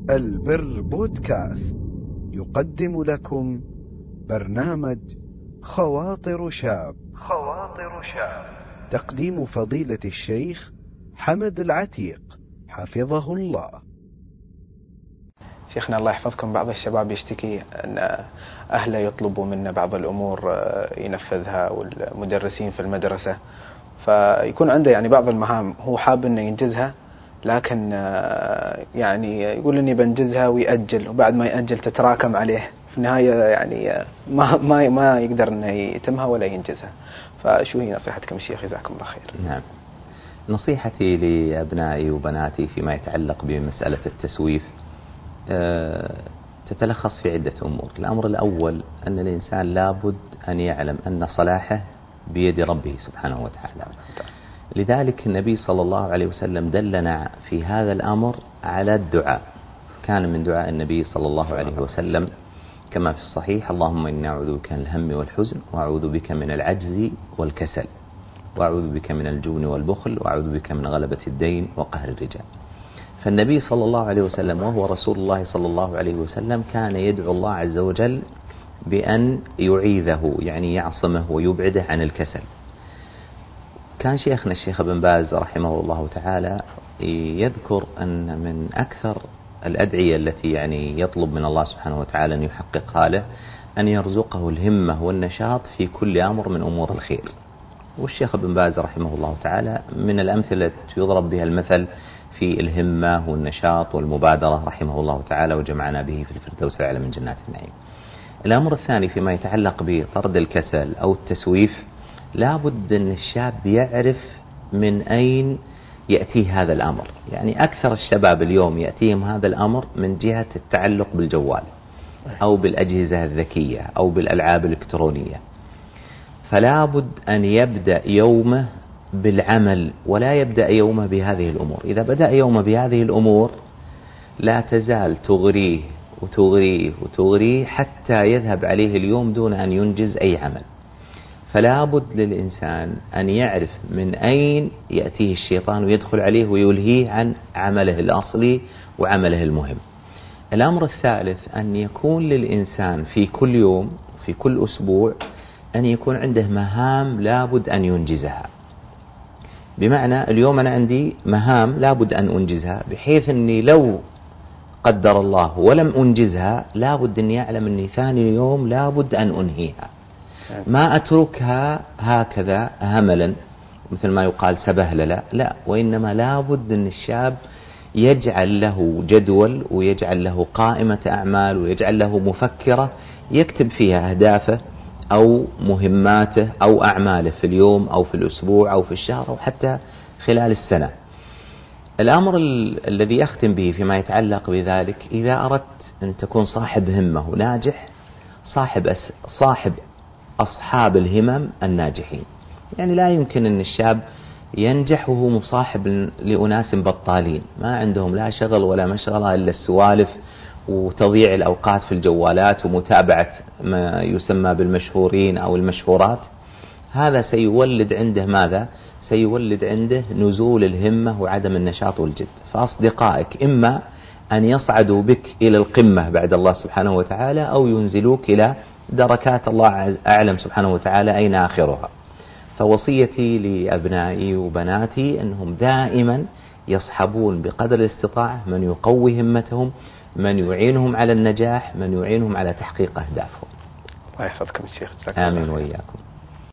البر بودكاست يقدم لكم برنامج خواطر شاب. تقديم فضيلة الشيخ حمد العتيق حفظه الله. شيخنا الله يحفظكم، بعض الشباب يشتكي أن أهله يطلبوا منا بعض الأمور ينفذها، والمدرسين في المدرسة فيكون عنده يعني بعض المهام هو حاب أنه ينجزها، لكن يعني يقول إني بنجزها ويأجل، وبعد ما يأجل تتراكم عليه في النهاية، يعني ما يقدر أنه يتمها ولا ينجزها. فشو هي نصيحتكم الشيخ جزاكم الله خير؟ نعم، نصيحتي لأبنائي وبناتي فيما يتعلق بمسألة التسويف تتلخص في عدة أمور. الأمر الأول أن الإنسان لابد أن يعلم أن صلاحه بيد ربه سبحانه وتعالى، لذلك النبي صلى الله عليه وسلم دلنا في هذا الأمر على الدعاء. كان من دعاء النبي صلى الله عليه وسلم كما في الصحيح: اللهم إني أعوذ بك من الهم والحزن، وأعوذ بك من العجز والكسل، وأعوذ بك من الجون والبخل، وأعوذ بك من غلبة الدين وقهر الرجال. فالنبي صلى الله عليه وسلم وهو رسول الله صلى الله عليه وسلم كان يدعو الله عز وجل بأن يعيذه، يعني يعصمه ويبعده عن الكسل. كان شيخنا الشيخ ابن باز رحمه الله تعالى يذكر أن من أكثر الأدعية التي يعني يطلب من الله سبحانه وتعالى أن يحققها له أن يرزقه الهمة والنشاط في كل أمر من أمور الخير. والشيخ ابن باز رحمه الله تعالى من الأمثلة التي يضرب بها المثل في الهمة والنشاط والمبادرة رحمه الله تعالى، وجمعنا به في الفردوس الأعلى من جنات النعيم. الأمر الثاني فيما يتعلق بطرد الكسل أو التسويف، لابد أن الشاب يعرف من أين يأتيه هذا الأمر. يعني أكثر الشباب اليوم يأتيهم هذا الأمر من جهة التعلق بالجوال أو بالأجهزة الذكية أو بالألعاب الإلكترونية، فلا بد أن يبدأ يومه بالعمل ولا يبدأ يومه بهذه الأمور. إذا بدأ يومه بهذه الأمور لا تزال تغريه وتغريه وتغريه حتى يذهب عليه اليوم دون أن ينجز أي عمل. فلا بد للإنسان أن يعرف من أين يأتيه الشيطان ويدخل عليه ويلهيه عن عمله الأصلي وعمله المهم. الأمر الثالث أن يكون للإنسان في كل يوم في كل أسبوع أن يكون عنده مهام لا بد أن ينجزها. بمعنى اليوم أنا عندي مهام لا بد أن أنجزها، بحيث أني لو قدر الله ولم أنجزها لا بد أن يعلم أني ثاني يوم لا بد أن أنهيها، ما أتركها هكذا هملا مثل ما يقال سبهللة، لا، وإنما لا بد أن الشاب يجعل له جدول ويجعل له قائمة أعمال ويجعل له مفكرة يكتب فيها أهدافه أو مهماته أو أعماله في اليوم أو في الأسبوع أو في الشهر أو حتى خلال السنة. الأمر الذي أختم به فيما يتعلق بذلك: إذا أردت أن تكون صاحب همة وناجح، صاحب أصحاب الهمم الناجحين. يعني لا يمكن أن الشاب ينجح وهو مصاحب لأناس بطالين ما عندهم لا شغل ولا مشغلة إلا السوالف وتضييع الأوقات في الجوالات ومتابعة ما يسمى بالمشهورين أو المشهورات. هذا سيولد عنده ماذا؟ سيولد عنده نزول الهمة وعدم النشاط والجد. فأصدقائك إما أن يصعدوا بك إلى القمة بعد الله سبحانه وتعالى أو ينزلوك إلى دركات الله أعلم سبحانه وتعالى أين آخرها. فوصيتي لأبنائي وبناتي أنهم دائما يصحبون بقدر الاستطاعة من يقوي همتهم، من يعينهم على النجاح، من يعينهم على تحقيق أهدافهم. الله يحفظكم الشيخ. آمين وإياكم.